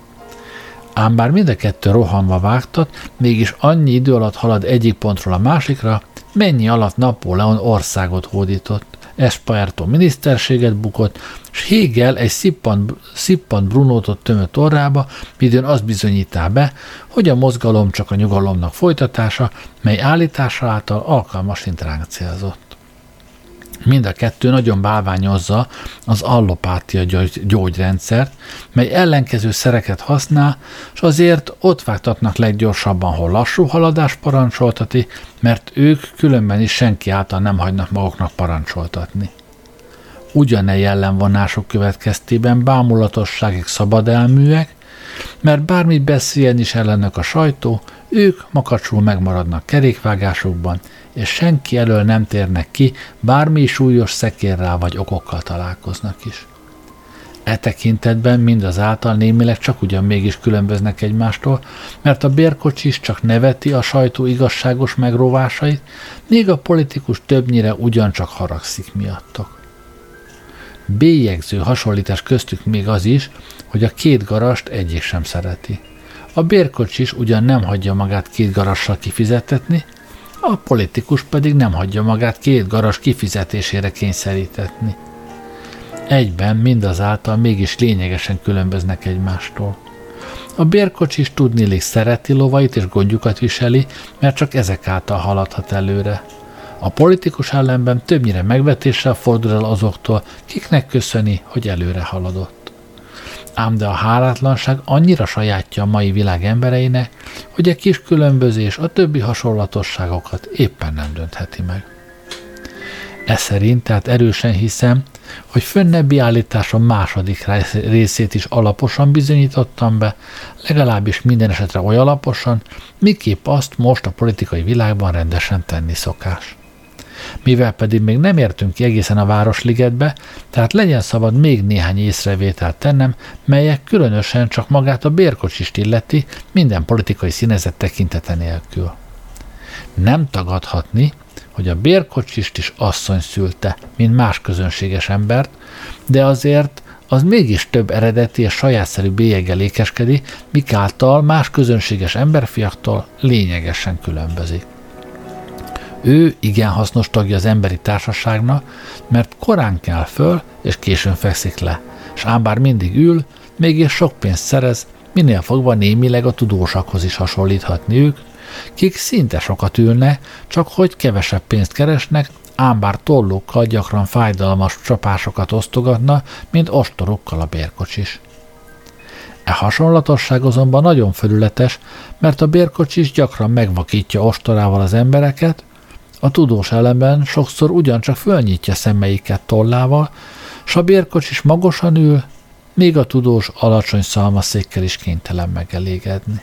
Ám bár mind a kettő rohanva vágtat, mégis annyi idő alatt halad egyik pontról a másikra, mennyi alatt Napóleon országot hódított, Esparto miniszterséget bukott, s Hegel egy szippant, szippant Brunótot tömött orrába, midőn azt bizonyítá be, hogy a mozgalom csak a nyugalomnak folytatása, mely állítása által alkalmasint ránk célzott. Mind a kettő nagyon bálványozza az allopátia gyógyrendszert, mely ellenkező szereket használ, és azért ott vágtatnak leggyorsabban, hol lassú haladás parancsoltati, mert ők különben is senki által nem hagynak maguknak parancsoltatni. Ugyane jellemvonások következtében bámulatosságig szabadelműek, mert bármit beszéljen is ellenük a sajtó, ők makacsul megmaradnak kerékvágásukban, és senki elől nem térnek ki, bármi súlyos szekérrel vagy okokkal találkoznak is. E tekintetben mindazáltal némileg csak ugyan mégis különböznek egymástól, mert a bérkocsis csak neveti a sajtó igazságos megrovásait, míg a politikus többnyire ugyancsak haragszik miattok. Bélyegző hasonlítás köztük még az is, hogy a két garast egyik sem szereti. A bérkocsis ugyan nem hagyja magát két garassal kifizetetni, a politikus pedig nem hagyja magát két garas kifizetésére kényszerítetni. Egyben mindazáltal mégis lényegesen különböznek egymástól. A bérkocsis tudniillik szereti lovait és gondjukat viseli, mert csak ezek által haladhat előre. A politikus ellenben többnyire megvetéssel fordul el azoktól, kiknek köszöni, hogy előre haladott. Ám de a hálátlanság annyira sajátja a mai világ embereinek, hogy a kis különbözés a többi hasonlatosságokat éppen nem döntheti meg. Ez szerint tehát erősen hiszem, hogy fönnebbi állításom második részét is alaposan bizonyítottam be, legalábbis minden esetre oly alaposan, miképp azt most a politikai világban rendesen tenni szokás. Mivel pedig még nem értünk ki egészen a Városligetbe, tehát legyen szabad még néhány észrevételt tennem, melyek különösen csak magát a bérkocsist illeti, minden politikai színezet tekintete nélkül. Nem tagadhatni, hogy a bérkocsist is asszony szülte, mint más közönséges embert, de azért az mégis több eredeti és sajátszerű bélyeggel ékeskedik, mikáltal más közönséges emberfiaktól lényegesen különbözik. Ő igen hasznos tagja az emberi társaságnak, mert korán kell föl, és későn fekszik le, s ám bár mindig ül, mégis sok pénzt szerez, minél fogva némileg a tudósakhoz is hasonlíthatni ők, kik szinte sokat ülnek, csak hogy kevesebb pénzt keresnek, ám bár tollókkal gyakran fájdalmas csapásokat osztogatna, mint ostorokkal a bérkocsis. E hasonlatosság azonban nagyon felületes, mert a bérkocsis gyakran megvakítja ostorával az embereket, a tudós ellenben sokszor ugyancsak fölnyitja szemeiket tollával, s a bérkocsis magosan ül, még a tudós alacsony szalmaszékkel is kénytelen megelégedni.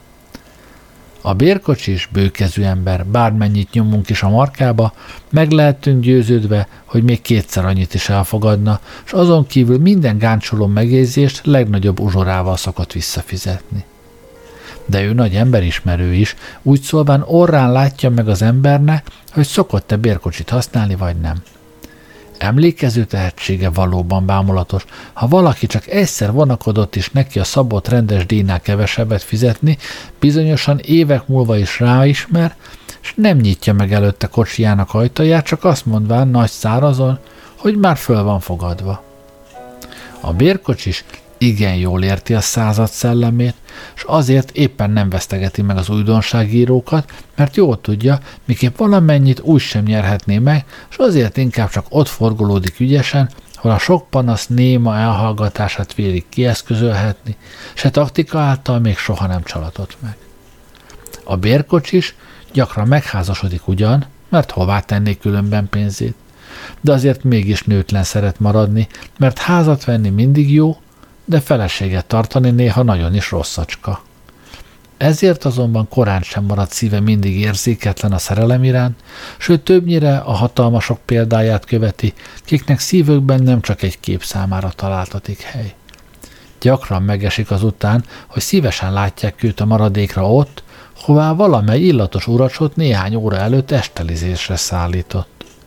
A bérkocsis, bőkezű ember, bármennyit nyomunk is a markába, meg lehetünk győződve, hogy még kétszer annyit is elfogadna, s azon kívül minden gáncsoló megjegyzést legnagyobb uzsorával szokott visszafizetni. De ő nagy emberismerő is, úgy szólván orrán látja meg az embernek, hogy szokott-e bérkocsit használni, vagy nem. Emlékező tehetsége valóban bámulatos. Ha valaki csak egyszer vonakodott is neki a szabott rendes díjnál kevesebbet fizetni, bizonyosan évek múlva is ráismer, és nem nyitja meg előtte kocsijának ajtaját, csak azt mondván nagy szárazon, hogy már föl van fogadva. A bérkocsis igen jól érti a század szellemét, és azért éppen nem vesztegeti meg az újdonságírókat, mert jól tudja, miképp valamennyit úgy sem nyerhetné meg, és azért inkább csak ott forgolódik ügyesen, hol a sok panasz néma elhallgatását vélik kieszközölhetni, se taktika által még soha nem csalatott meg. A bérkocsis gyakran megházasodik ugyan, mert hová tenné különben pénzét, de azért mégis nőtlen szeret maradni, mert házat venni mindig jó, de feleséget tartani néha nagyon is rosszacska. Ezért azonban korán sem marad szíve mindig érzéketlen a szerelem iránt, sőt többnyire a hatalmasok példáját követi, kiknek szívükben nem csak egy kép számára találtatik hely. Gyakran megesik azután, hogy szívesen látják őt a maradékra ott, hová valamely illatos uracsot néhány óra előtt estelizésre szállított.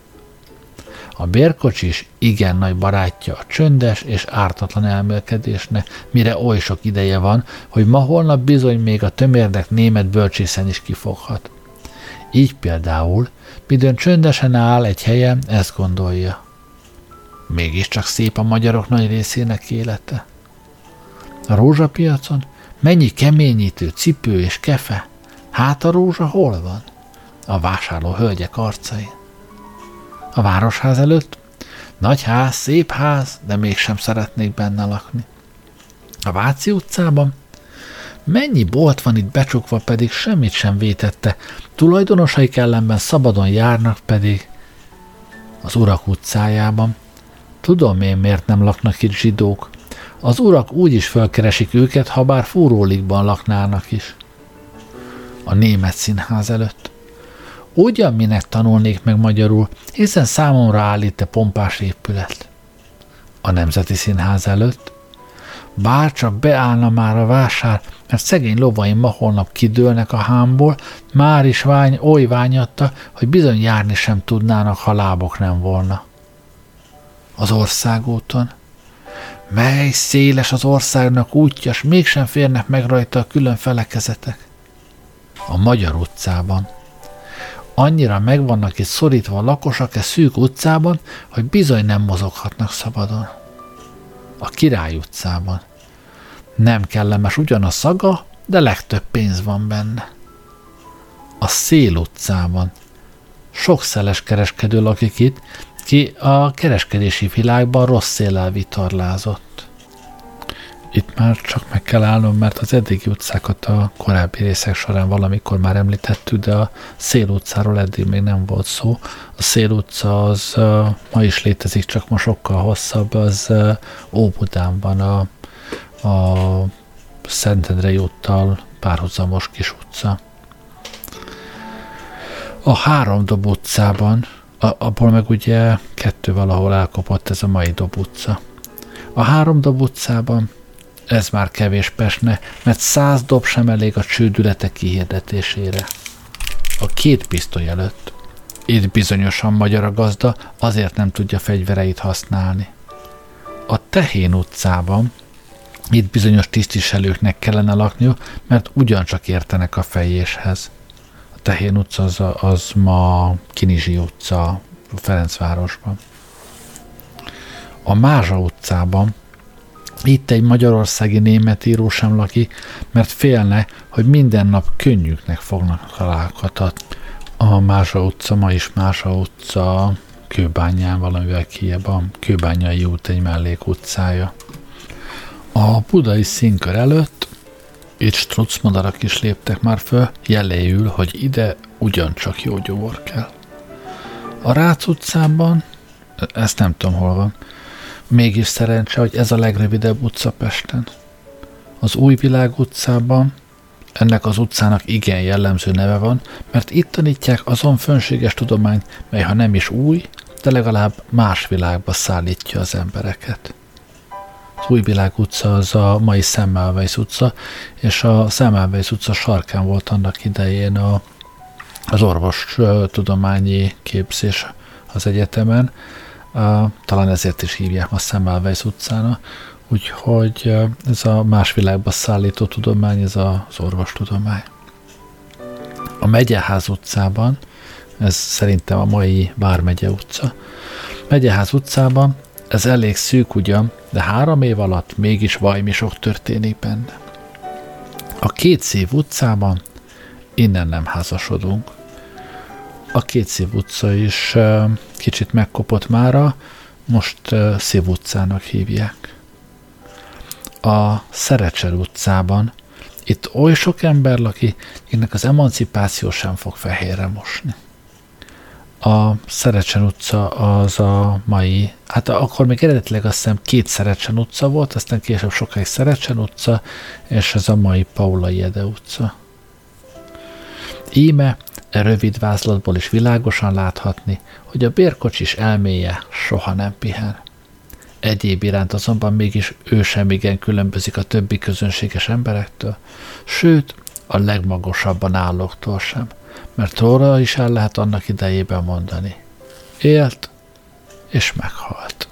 A bérkocsis igen nagy barátja a csöndes és ártatlan elmélkedésnek, mire oly sok ideje van, hogy ma-holnap bizony még a tömérdek német bölcsészen is kifoghat. Így például, midőn csöndesen áll egy helyen, ezt gondolja. Mégiscsak szép a magyarok nagy részének élete. A rózsapiacon mennyi keményítő cipő és kefe, hát a rózsa hol van? A vásárló hölgyek arcain. A városház előtt nagy ház, szép ház, de mégsem szeretnék benne lakni. A Váci utcában mennyi bolt van itt becsukva, pedig semmit sem vétette, tulajdonosaik ellenben szabadon járnak pedig az Urak utcájában. Tudom én, miért nem laknak itt zsidók. Az urak úgy is fölkeresik őket, ha bár fúrólikban laknának is. A Német Színház előtt. Ugyan minek tanulnék meg magyarul, hiszen számomra állít a pompás épület. A Nemzeti Színház előtt. Bár csak beállna már a vásár, mert szegény lovaim ma holnap kidőlnek a hámból, már is vány, oly ványatta, hogy bizony járni sem tudnának, ha lábok nem volna. Az országúton. Mely széles az országnak útja, s mégsem férnek meg rajta a külön felekezetek. A Magyar utcában. Annyira meg vannak itt szorítva a lakosak e szűk utcában, hogy bizony nem mozoghatnak szabadon. A Király utcában. Nem kellemes ugyan a szaga, de legtöbb pénz van benne. A Szél utcában. Sok szeles kereskedő lakik itt, ki a kereskedési világban rossz széllel vitorlázott. Itt már csak meg kell állnom, mert az eddigi utcákat a korábbi részek során valamikor már említettük, de a Szél utcáról eddig még nem volt szó. A Szél utca az uh, ma is létezik, csak ma sokkal hosszabb, az uh, Óbudán van a, a Szentendrei úttal párhuzamos kis utca. A Háromdob utcában, a, abból meg ugye kettő valahol elkopott, ez a mai Dob utca. A Háromdob utcában ez már kevés pesne, mert száz dob sem elég a csődületek kihirdetésére. A két pisztoly előtt. Itt bizonyosan magyar a gazda, azért nem tudja fegyvereit használni. A Tehén utcában itt bizonyos tisztviselőknek kellene lakniuk, mert ugyancsak értenek a fejéshez. A Tehén utca az, az ma Kinizsi utca Ferencvárosban. A Mázsa utcában itt egy magyarországi német író sem lakik, mert félne, hogy minden nap könnyüknek fognak találkoztatni. A Mázsa utca ma is Mázsa utca, Kőbányán valamivel kijebb, a Kőbányai út egy mellék utcája. A budai színkör előtt itt struccmadarak is léptek már föl, jeléül, hogy ide ugyancsak jó gyomor kell. A Rácz utcában, ezt nem tudom hol van, mégis szerencse, hogy ez a legrövidebb utca Pesten. Az Újvilág utcában ennek az utcának igen jellemző neve van, mert itt tanítják azon fönséges tudományt, mely ha nem is új, de legalább más világba szállítja az embereket. Az Újvilág utca az a mai Semmelweis utca, és a Semmelweis utca sarkán volt annak idején a, az orvostudományi képzés az egyetemen. Uh, talán ezért is hívják ma Semmelweis utcának, úgyhogy uh, ez a más világba szállító tudomány, ez a, az orvostudomány. A Megyeház utcában, ez szerintem a mai Vármegye utca, Megyeház utcában ez elég szűk ugyan, de három év alatt mégis vajmi sok történik benne. A Kétszív utcában innen nem házasodunk. A Kétszív utca is uh, kicsit megkopott mára, most uh, Szív utcának hívják. A Szerecser utcában itt oly sok ember lakik, akiknek az emancipáció sem fog fehérre mosni. A Szerecsen utca az a mai, hát akkor még eredetileg azt hiszem két Szerecsen utca volt, aztán később sokáig Szerecsen utca, és ez a mai Paulai Ede utca. Íme e rövid vázlatból is világosan láthatni, hogy a bérkocsis elméje soha nem pihen. Egyéb iránt azonban mégis ő sem igen különbözik a többi közönséges emberektől, sőt, a legmagasabban állóktól sem, mert óra is el lehet annak idejében mondani. Élt és meghalt.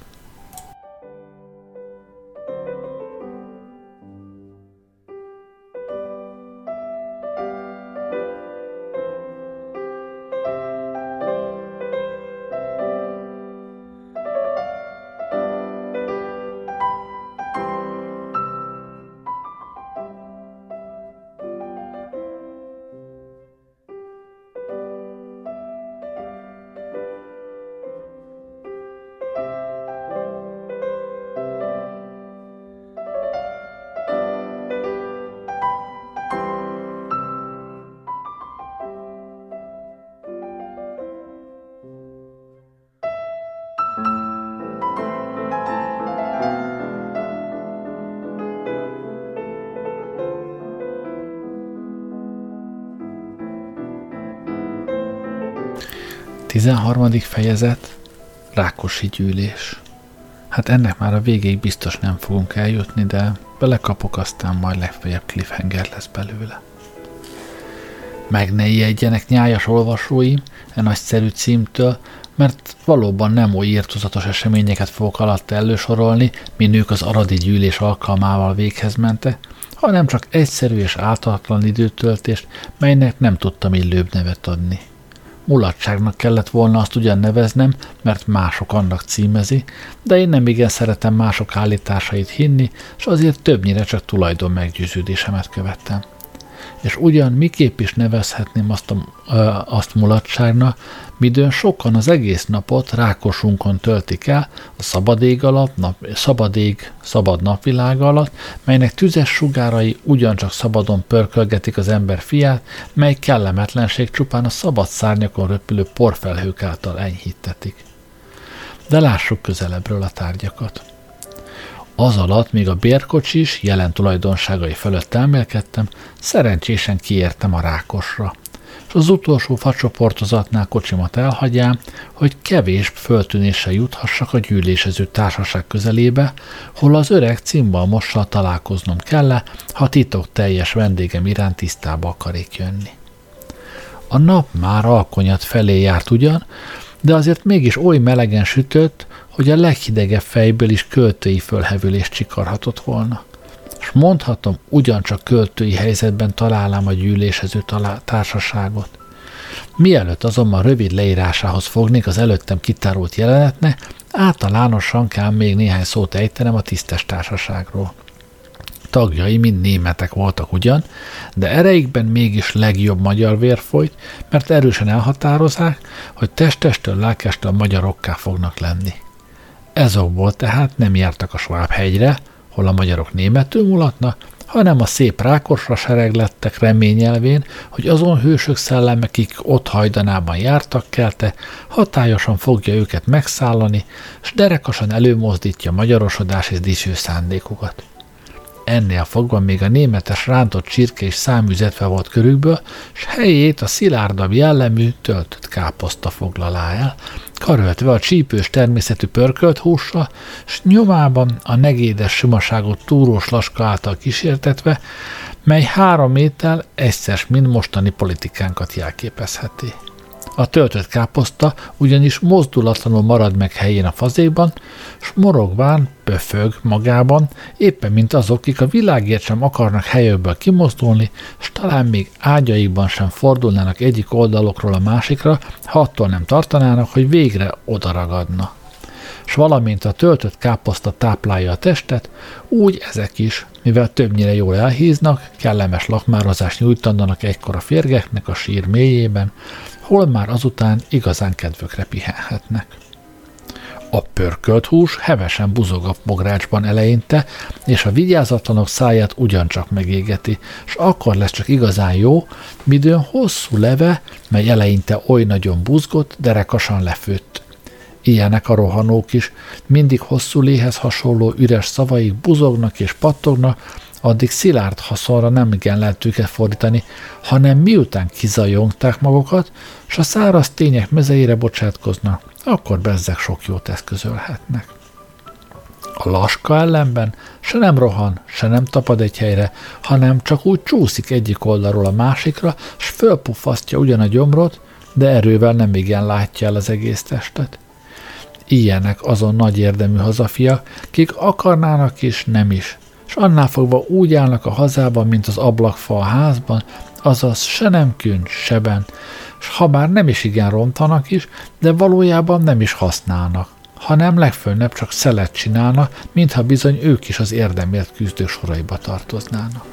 tizenharmadik fejezet, Rákosi gyűlés. Hát ennek már a végéig biztos nem fogunk eljutni, de belekapok, aztán majd legfeljebb cliffhanger lesz belőle. Meg ne ijedjenek, nyájas olvasóim, e nagyszerű címtől, mert valóban nem oly irtózatos eseményeket fogok alatta elősorolni, mi nők az aradi gyűlés alkalmával véghez mentek, hanem csak egyszerű és általatlan időtöltést, melynek nem tudtam illőbb nevet adni. Mulatságnak kellett volna azt ugyan neveznem, mert mások annak címezi, de én nem igen szeretem mások állításait hinni, és azért többnyire csak tulajdon meggyőződésemet követtem. És ugyan miképp is nevezhetném azt, a, ö, azt mulatságnak, midőn sokan az egész napot Rákosunkon töltik el, a szabad ég alatt, nap, szabad ég, szabad napvilág alatt, melynek tüzes sugárai ugyancsak szabadon pörkölgetik az ember fiát, mely kellemetlenség csupán a szabad szárnyakon röpülő porfelhők által enyhítetik. De lássuk közelebbről a tárgyakat. Az alatt, míg a bérkocsis jelen tulajdonságai fölött elmélkedtem, szerencsésen kiértem a Rákosra, és az utolsó facsoportozatnál kocsimat elhagyám, hogy kevés föltűnéssel juthassak a gyűlésező társaság közelébe, hol az öreg cimbalmossal találkoznom kell, ha titok teljes vendégem iránt tisztába akarék jönni. A nap már alkonyat felé járt ugyan, de azért mégis oly melegen sütött, hogy a leghidegebb fejből is költői fölhevülést csikarhatott volna. És mondhatom, ugyancsak költői helyzetben találám a gyűlésező talál- társaságot. Mielőtt azonban rövid leírásához fognék az előttem kitárult jelenetnek, általánosan kell még néhány szót ejtenem a tisztes társaságról. Tagjai mind németek voltak ugyan, de ereikben mégis legjobb magyar vér folyt, mert erősen elhatározzák, hogy testestől, lelkestől magyarokká fognak lenni. Ezokból tehát nem jártak a Sváb-hegyre, hol a magyarok németül mulatna, hanem a szép Rákosra sereglettek reményelvén, hogy azon hősök szelleme, akik ott hajdanában jártak kelte, hatályosan fogja őket megszállani, s derekasan előmozdítja magyarosodás és dicső szándékukat. Ennél fogva még a németes rántott csirke és száműzetve volt körükből, s helyét a szilárdabb jellemű töltött káposzta foglalá el, karöltve a csípős természetű pörkölt hússal, s nyomában a negédes simaságot túrós laska által kísértetve, mely három étel egyszer mind mostani politikánkat jelképezheti. A töltött káposzta ugyanis mozdulatlanul marad meg helyén a fazékban, s morogván pöfög magában, éppen mint azok, akik a világért sem akarnak helyükből kimozdulni, s talán még ágyaikban sem fordulnának egyik oldalokról a másikra, ha attól nem tartanának, hogy végre odaragadna. S valamint a töltött káposzta táplálja a testet, úgy ezek is, mivel többnyire jól elhíznak, kellemes lakmározást nyújtanak egykor a férgeknek a sír mélyében, hol már azután igazán kedvökre pihenhetnek. A pörkölt hús hevesen buzog a bográcsban eleinte, és a vigyázatlanok száját ugyancsak megégeti, s akkor lesz csak igazán jó, midőn hosszú leve, mely eleinte oly nagyon buzgott, derekasan lefőtt. Ilyenek a rohanók is, mindig hosszú léhez hasonló üres szavaik buzognak és pattognak, addig szilárd haszonra nem igen lehet őket fordítani, hanem miután kizajongták magukat, s a száraz tények mezeire bocsátkoznak, akkor bezzeg sok jót eszközölhetnek. A laska ellenben se nem rohan, se nem tapad egy helyre, hanem csak úgy csúszik egyik oldalról a másikra, s fölpuffasztja ugyan a gyomrot, de erővel nem igen látja el az egész testet. Ilyenek azon nagy érdemű hazafiak, kik akarnának is, nem is, s annál fogva úgy állnak a hazában, mint az ablakfa a házban, azaz se nem küncs, seben, s ha bár nem is igen rontanak is, de valójában nem is használnak, hanem legfőnebb csak szelet csinálnak, mintha bizony ők is az érdemért küzdő soraiba tartoznának.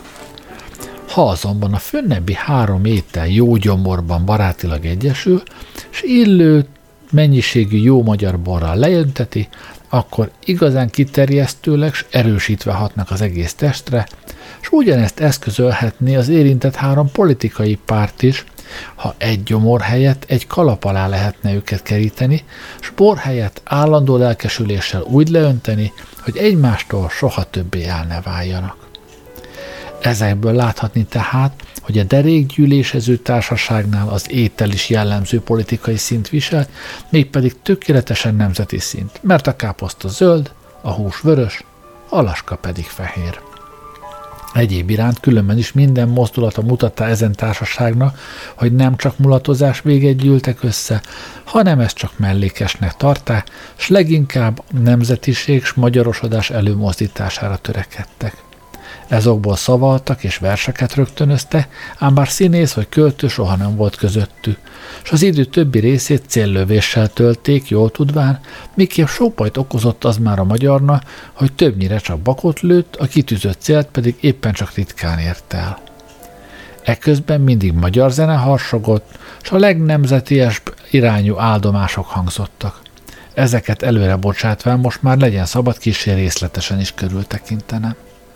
Ha azonban a fönnebbi három étel jó gyomorban barátilag egyesül, s illő mennyiségű jó magyar borral lejönteti, akkor igazán kiterjesztőleg s erősítve hatnak az egész testre, s ugyanezt eszközölhetné az érintett három politikai párt is, ha egy gyomor helyett egy kalap alá lehetne őket keríteni, s bor helyett állandó lelkesüléssel úgy leönteni, hogy egymástól soha többé el ne váljanak. Ezekből láthatni tehát, hogy a derékgyűlésező társaságnál az étel is jellemző politikai szint visel, mégpedig tökéletesen nemzeti szint, mert a káposzta zöld, a hús vörös, a laska pedig fehér. Egyéb iránt különben is minden mozdulata mutatta ezen társaságnak, hogy nem csak mulatozás véget gyűltek össze, hanem ezt csak mellékesnek tarták, s leginkább nemzetiség s magyarosodás előmozdítására törekedtek. Ezokból szavaltak és verseket rögtönözte, ám bár színész vagy költő soha nem volt közöttük, s az idő többi részét céllövéssel tölték, jól tudván, miképp sok bajt okozott az már a magyarnak, hogy többnyire csak bakot lőtt, a kitűzött célt pedig éppen csak ritkán ért el. Eközben mindig magyar zene harsogott, s a legnemzetiesbb irányú áldomások hangzottak. Ezeket előre bocsátván most már legyen szabad kissé részletesen is körültekintenem.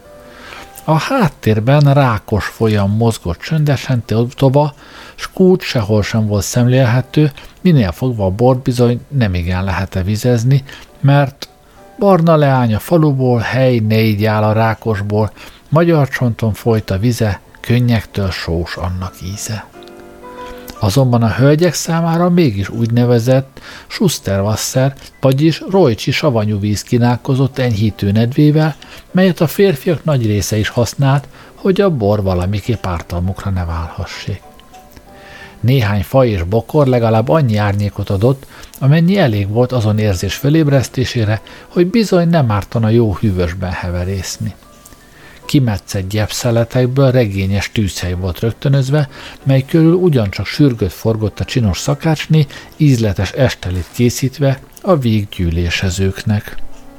A háttérben rákos folyam mozgott csöndesen tova, s kút sehol sem volt szemlélhető, minél fogva a bort bizony nem igen lehet-e vizezni, mert barna leány a faluból, hely négy áll a rákosból, magyar csonton folyt a vize, könnyektől sós annak íze. Azonban a hölgyek számára mégis úgynevezett Schusterwasser, vagyis rojcsi savanyú víz kínálkozott enyhítő nedvével, melyet a férfiak nagy része is használt, hogy a bor valamiképp ártalmukra ne válhassék. Néhány fa és bokor legalább annyi árnyékot adott, amennyi elég volt azon érzés fölébresztésére, hogy bizony nem ártana jó hűvösben heverészni. Kimetszett gyepszeletekből regényes tűzhely volt rögtönözve, mely körül ugyancsak sürgött forgott a csinos szakácsné, ízletes estelit készítve a véggyűlésezőknek.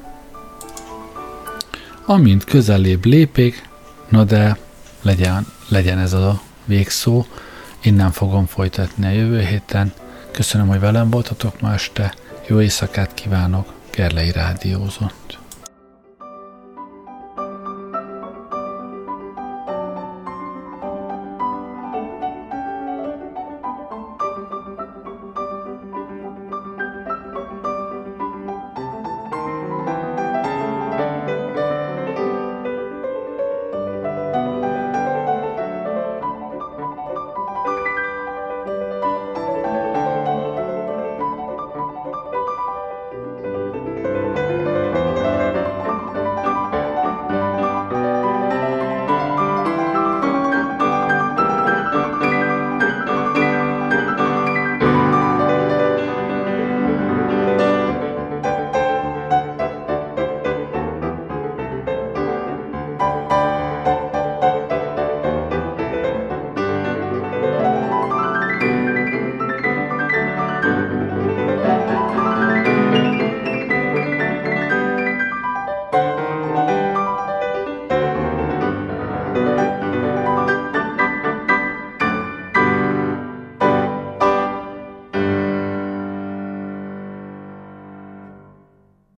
Amint közelébb lépik, na de legyen, legyen ez a végszó, innen fogom folytatni a jövő héten. Köszönöm, hogy velem voltatok ma este, jó éjszakát kívánok, Gerlei Rádiózott.